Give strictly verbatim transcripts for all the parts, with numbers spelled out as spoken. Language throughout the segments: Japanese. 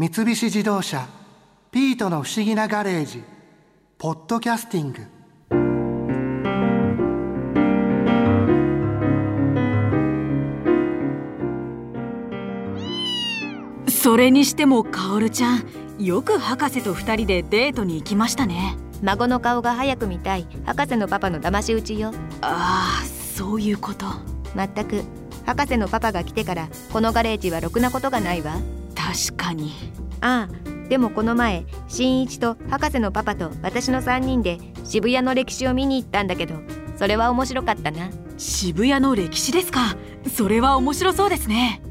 三菱自動車ピートの不思議なガレージポッドキャスティング。 それにしてもカオルちゃん、よく博士と二人でデートに行きましたね。 孫の顔が早く見たい博士のパパの騙し討ちよ。 ああ、そういうこと。 まったく博士のパパが来てからこのガレージはろくなことがないわ。 確かに。 ああ、でもこの前新一と博士のパパと私のさんにんで渋谷の歴史を見に行ったんだけど、それは面白かったな。 渋谷の歴史ですか。それは面白そうですね。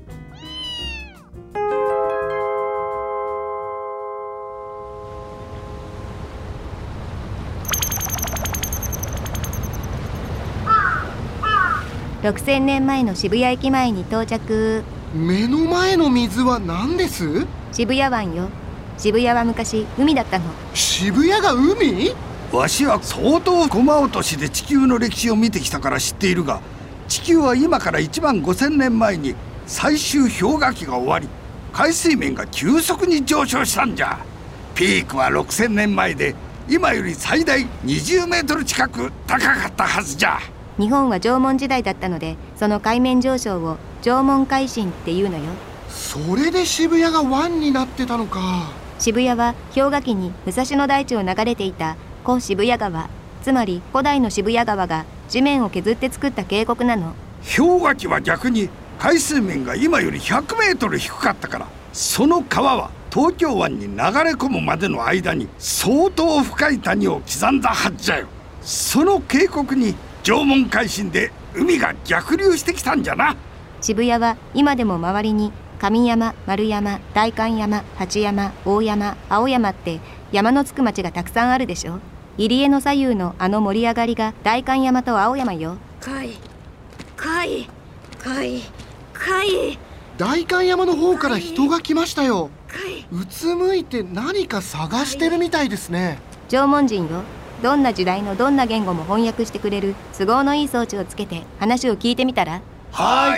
ろくせんねんまえの渋谷駅前に到着。 目の前の水は何です？ 渋谷湾よ。渋谷は昔海だったの。 渋谷が海？ わしは相当駒落としで地球の歴史を見てきたから知っているが、地球は今からいちまんごせんねんまえに最終氷河期が終わり、海水面が急速に上昇したんじゃ。ピークはろくせんねんまえで今より最大にじゅうメートル近く高かったはずじゃ。 日本は縄文時代だったので、その海面上昇を縄文海進っていうのよ。 それで渋谷が湾になってたのか。 渋谷は氷河期に武蔵野台地を流れていた古渋谷川、つまり古代の渋谷川が地面を削って作った渓谷なの。 氷河期は逆に海水面が今よりひゃくメートル低かったから、その川は東京湾に流れ込むまでの間に相当深い谷を刻んだはずじゃよ。その渓谷に縄文海進で海が逆流してきたんじゃな。 渋谷は今でも周りに上山、丸山、代官山、八山、大山、青山って山のつく町がたくさんあるでしょ。入江の左右のあの盛り上がりが代官山と青山よ。 海海海海代官山の方から人が来ましたよ。うつむいて何か探してるみたいですね。 縄文人よ。どんな時代のどんな言語も翻訳してくれる都合のいい装置をつけて話を聞いてみたら。 はい。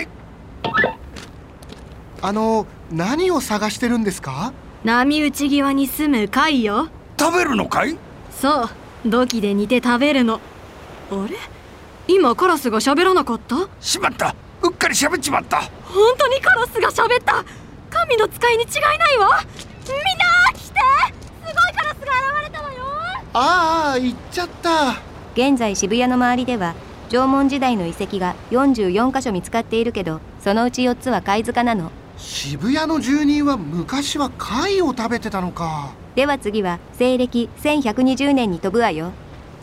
あの、何を探してるんですか？ 波打ち際に住む貝よ。 食べるのかい？ そう、土器で煮て食べるの。あれ、今カラスが喋らなかった？ しまった、うっかり喋っちまった。 本当にカラスが喋った。神の使いに違いないわ。みんな来て、すごいカラスが現れたわよ。 ああ、行っちゃった。 現在渋谷の周りでは縄文時代の遺跡がよんじゅうよんかしょ見つかっているけど、そのうちよっつは貝塚なの。 渋谷の住人は昔は貝を食べてたのか。 では次は西暦せんひゃくにじゅうねんに飛ぶわよ。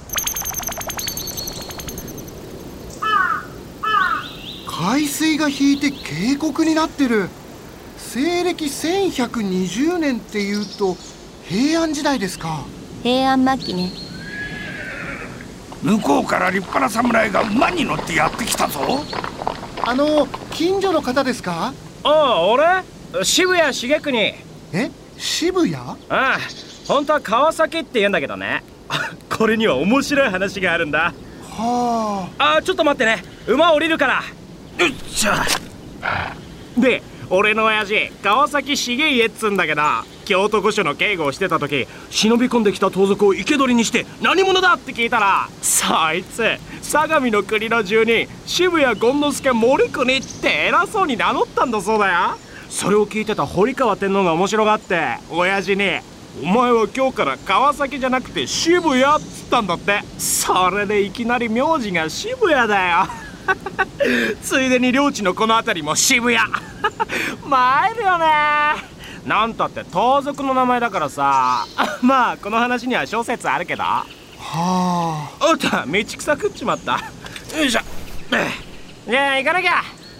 海水が引いて渓谷になってる。西暦せんひゃくにじゅうねんっていうと平安時代ですか。 平安末期ね。 向こうから立派な侍が馬に乗ってやってきたぞ。 あの、近所の方ですか？ ああ、俺渋谷重国。 え、渋谷？ ああ、本当は川崎って言うんだけどね。これには面白い話があるんだ。 はあ。あ、ちょっと待ってね、馬降りるから。 よっしゃ。 で、俺の親父川崎重家っつうんだけど、京都御所の警護をしてた時、忍び込んできた盗賊を生け捕りにして何者だって聞いたら、そいつ相模の国の住人渋谷権之助森国って偉そうに名乗ったんだそうだよ。それを聞いてた堀川天皇が面白がって、親父にお前は今日から川崎じゃなくて渋谷っつったんだって。それでいきなり名字が渋谷だよ。ついでに領地のこの辺りも渋谷。参るよね。なんたって盗賊の名前だからさ。まあこの話には諸説あるけど。はあ。 おっと、道草食っちまった。よいしょ。じゃあ行かなきゃ。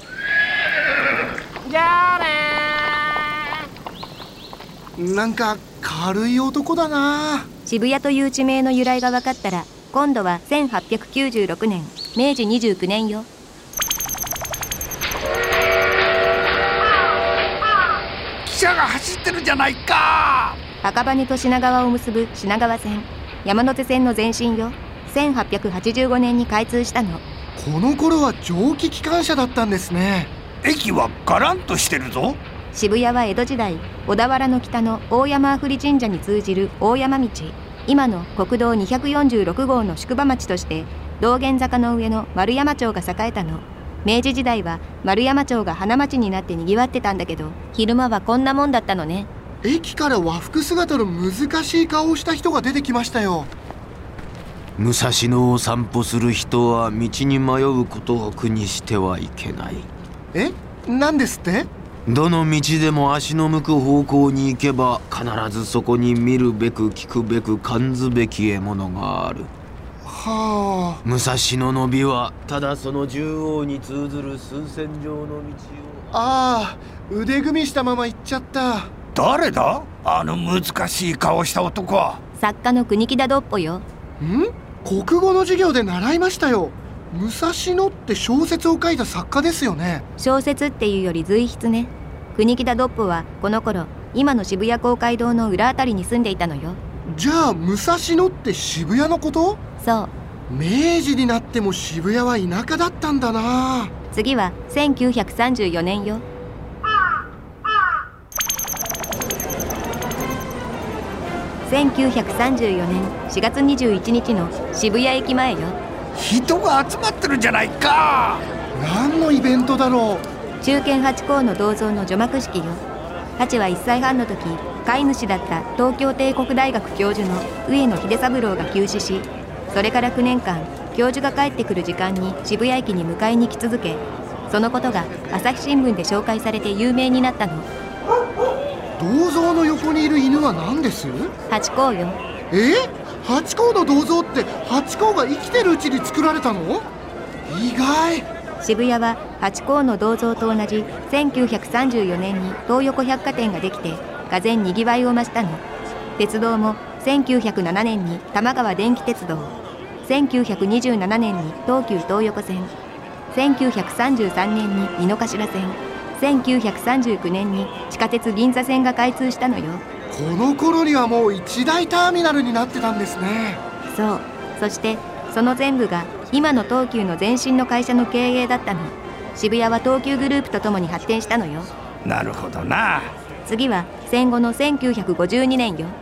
じゃあね。 なんか軽い男だな。 渋谷という地名の由来が分かったら、今度はせんはっぴゃくきゅうじゅうろくねん、めいじにじゅうきゅうねんよ。 汽車が走ってるじゃないか。 赤羽と品川を結ぶ品川線、山手線の前身よ。せんはっぴゃくはちじゅうごねんに開通したの。 この頃は蒸気機関車だったんですね。 駅はガランとしてるぞ。 渋谷は江戸時代、小田原の北の大山阿夫利神社に通じる大山道、今の国道にひゃくよんじゅうろく号の宿場町として道玄坂の上の丸山町が栄えたの。明治時代は丸山町が花町になってにぎわってたんだけど、昼間はこんなもんだったのね。 駅から和服姿の難しい顔をした人が出てきましたよ。 武蔵野を散歩する人は道に迷うことを苦にしてはいけない。 え、何ですって？ どの道でも足の向く方向に行けば必ずそこに見るべく聞くべく感ずべき獲物がある。 はあ。 武蔵野の美はただその縦横に通ずる数千条の道を。 ああ、腕組みしたまま行っちゃった。 誰だあの難しい顔した男は。 作家の国木田ドッポよ。 ん？国語の授業で習いましたよ。武蔵野って小説を書いた作家ですよね。 小説っていうより随筆ね。国木田ドッポはこの頃今の渋谷公会堂の裏あたりに住んでいたのよ。 じゃあ武蔵野って渋谷のこと？ そう。 明治になっても渋谷は田舎だったんだな。 次はせんきゅうひゃくさんじゅうよねんよ。せんきゅうひゃくさんじゅうよねんしがつにじゅういちにちの渋谷駅前よ。 人が集まってるじゃないか。 何のイベントだろう。 忠犬ハチ公の銅像の除幕式よ。ハチはいっさいはんの時、飼い主だった東京帝国大学教授の上野秀三郎が急死し、それからきゅうねんかん教授が帰ってくる時間に渋谷駅に迎えに来続け、そのことが朝日新聞で紹介されて有名になったの。 銅像の横にいる犬は何です？ ハチ公よ。 え？ハチ公の銅像ってハチ公が生きてるうちに作られたの？意外。 渋谷はハチ公の銅像と同じせんきゅうひゃくさんじゅうよねんに東横百貨店ができて、がぜんにぎわいを増したの。鉄道もせんきゅうひゃくななねんに玉川電気鉄道、せんきゅうひゃくにじゅうななねんに東急東横線、せんきゅうひゃくさんじゅうさんねんに井の頭線、せんきゅうひゃくさんじゅうきゅうねんに地下鉄銀座線が開通したのよ。 この頃にはもう一大ターミナルになってたんですね。 そう。そしてその全部が今の東急の前身の会社の経営だったの。渋谷は東急グループとともに発展したのよ。 なるほどな。 次は戦後のせんきゅうひゃくごじゅうにねんよ。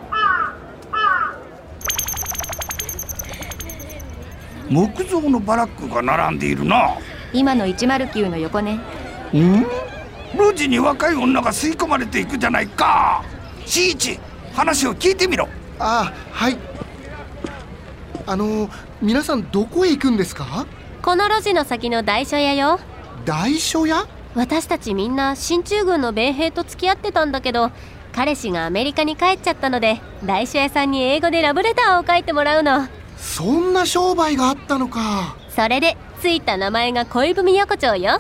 木造のバラックが並んでいるな。 今のいちまるきゅうの横ね。 ん？路地に若い女が吸い込まれていくじゃないか。シーチ、話を聞いてみろ。 ああ、はい。あの皆さんどこへ行くんですか？ この路地の先の台所屋よ。 台所屋？ 私たちみんな進駐軍の米兵と付き合ってたんだけど、彼氏がアメリカに帰っちゃったので、台所屋さんに英語でラブレターを書いてもらうの。 そんな商売があったのか。 それでついた名前が恋文横丁よ。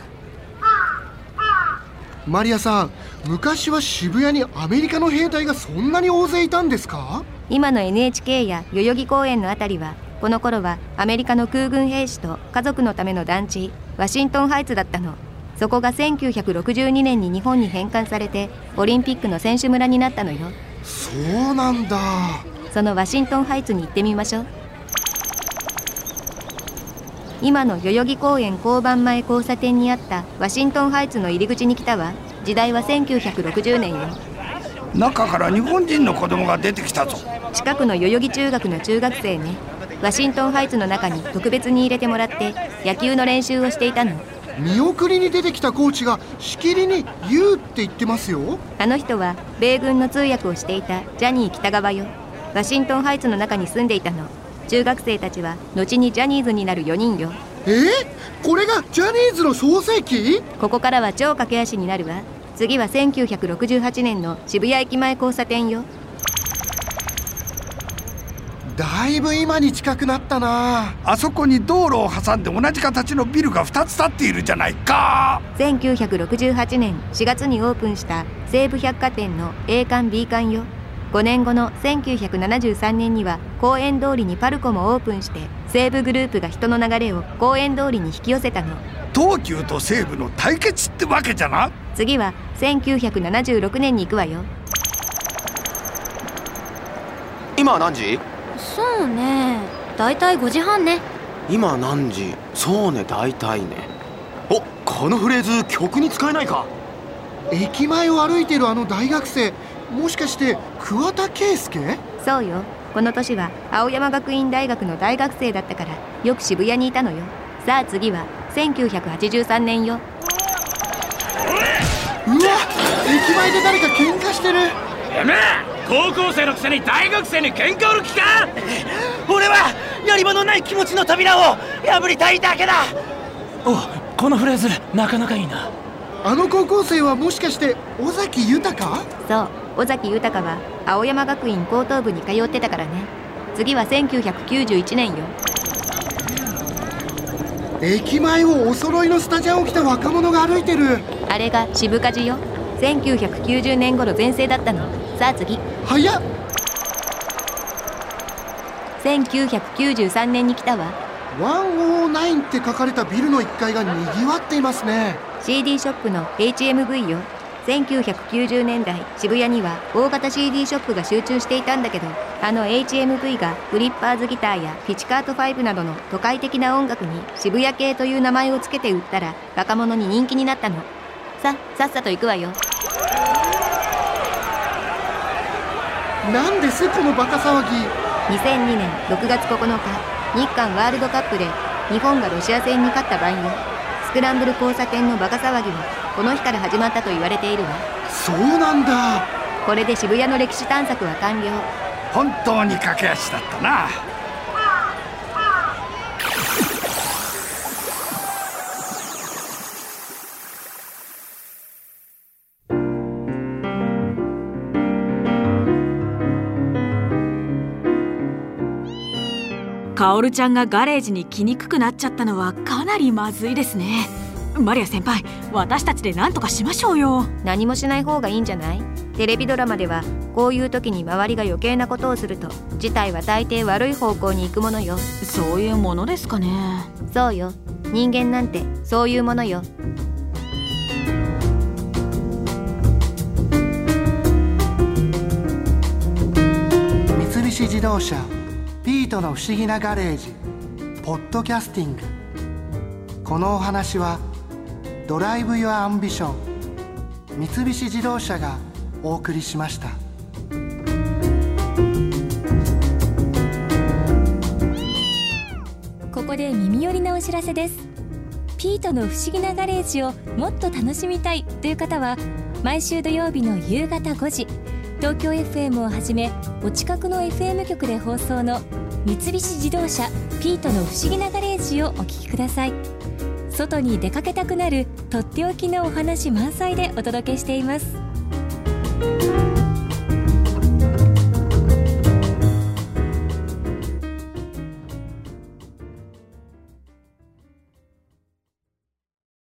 マリアさん、昔は渋谷にアメリカの兵隊がそんなに大勢いたんですか？ 今の エヌエイチケー や代々木公園のあたりは、この頃はアメリカの空軍兵士と家族のための団地、ワシントンハイツだったの。そこがせんきゅうひゃくろくじゅうにねんに日本に返還されて、オリンピックの選手村になったのよ。 そうなんだ。 そのワシントンハイツに行ってみましょう。今の代々木公園交番前交差点にあったワシントンハイツの入り口に来たわ。時代はせんきゅうひゃくろくじゅうねんよ。 中から日本人の子供が出てきたぞ。 近くの代々木中学の中学生ね。ワシントンハイツの中に特別に入れてもらって野球の練習をしていたの。 見送りに出てきたコーチがしきりに「ユー」って言ってますよ。 あの人は米軍の通訳をしていたジャニー北川よ。ワシントンハイツの中に住んでいたの。中学生たちは後にジャニーズになるよにんよ。 えー、これがジャニーズの創世期？ ここからは超駆け足になるわ。次はせんきゅうひゃくろくじゅうはちねんの渋谷駅前交差点よ。 だいぶ今に近くなったな。 あそこに道路を挟んで同じ形のビルがふたつ建っているじゃないか。 せんきゅうひゃくろくじゅうはちねんしがつにオープンした西武百貨店の エー 館 ビー 館よ。ごねんごのせんきゅうひゃくななじゅうさんねんには公園通りにパルコもオープンして、西武グループが人の流れを公園通りに引き寄せたの。 東急と西武の対決ってわけじゃな。 次はせんきゅうひゃくななじゅうろくねんに行くわよ。 今は何時？ そうね、だいたいごじはんね。 今何時？そうね、大体ね。お、このフレーズ曲に使えないか？ 駅前を歩いているあの大学生、もしかして桑田佳祐？ そうよ。この年は青山学院大学の大学生だったからよく渋谷にいたのよ。さあ次はせんきゅうひゃくはちじゅうさんねんよ。 うわ、駅前で誰か喧嘩してる。 てめえ、高校生のくせに大学生に喧嘩売る気か？ 俺はやり場のない気持ちの扉を破りたいだけだ。 お、このフレーズなかなかいいな。 あの高校生はもしかして尾崎豊？ そう、尾崎豊は青山学院高等部に通ってたからね。次はせんきゅうひゃくきゅうじゅういちねんよ。 駅前をお揃いのスタジャンを着た若者が歩いてる。 あれが渋カジよ。せんきゅうひゃくきゅうじゅうねん頃全盛だったの。さあ次。 早っ。 せんきゅうひゃくきゅうじゅうさんねんに来たわ。 ひゃくきゅうって書かれたビルのいっかいがにぎわっていますね。 シーディー ショップの エイチエムブイ よ。せんきゅうひゃくきゅうじゅうねんだい、渋谷には大型 シーディー ショップが集中していたんだけど、あの エイチエムブイ がフリッパーズギターやピチカートファイブなどの都会的な音楽に渋谷系という名前をつけて売ったら若者に人気になったの。さ、さっさと行くわよ。 なんですこのバカ騒ぎ。 にせんにねんろくがつここのか、日韓ワールドカップで日本がロシア戦に勝った晩よ。スクランブル交差点のバカ騒ぎはこの日から始まったと言われているわ。 そうなんだ。 これで渋谷の歴史探索は完了。 本当に駆け足だったな。 カオルちゃんがガレージに来にくくなっちゃったのはかなりまずいですね。マリア先輩、私たちで何とかしましょうよ。 何もしない方がいいんじゃない？テレビドラマではこういう時に周りが余計なことをすると事態は大抵悪い方向に行くものよ。 そういうものですかね。 そうよ、人間なんてそういうものよ。 三菱自動車ピートの不思議なガレージポッドキャスティング。このお話はドライブ・ユア・アンビション三菱自動車がお送りしました。 ここで耳寄りなお知らせです。ピートの不思議なガレージをもっと楽しみたいという方は、毎週土曜日の夕方ごじ、東京 エフエム をはじめお近くの エフエム 局で放送の三菱自動車ピートの不思議なガレージをお聞きください。外に出かけたくなるとっておきのお話満載でお届けしています。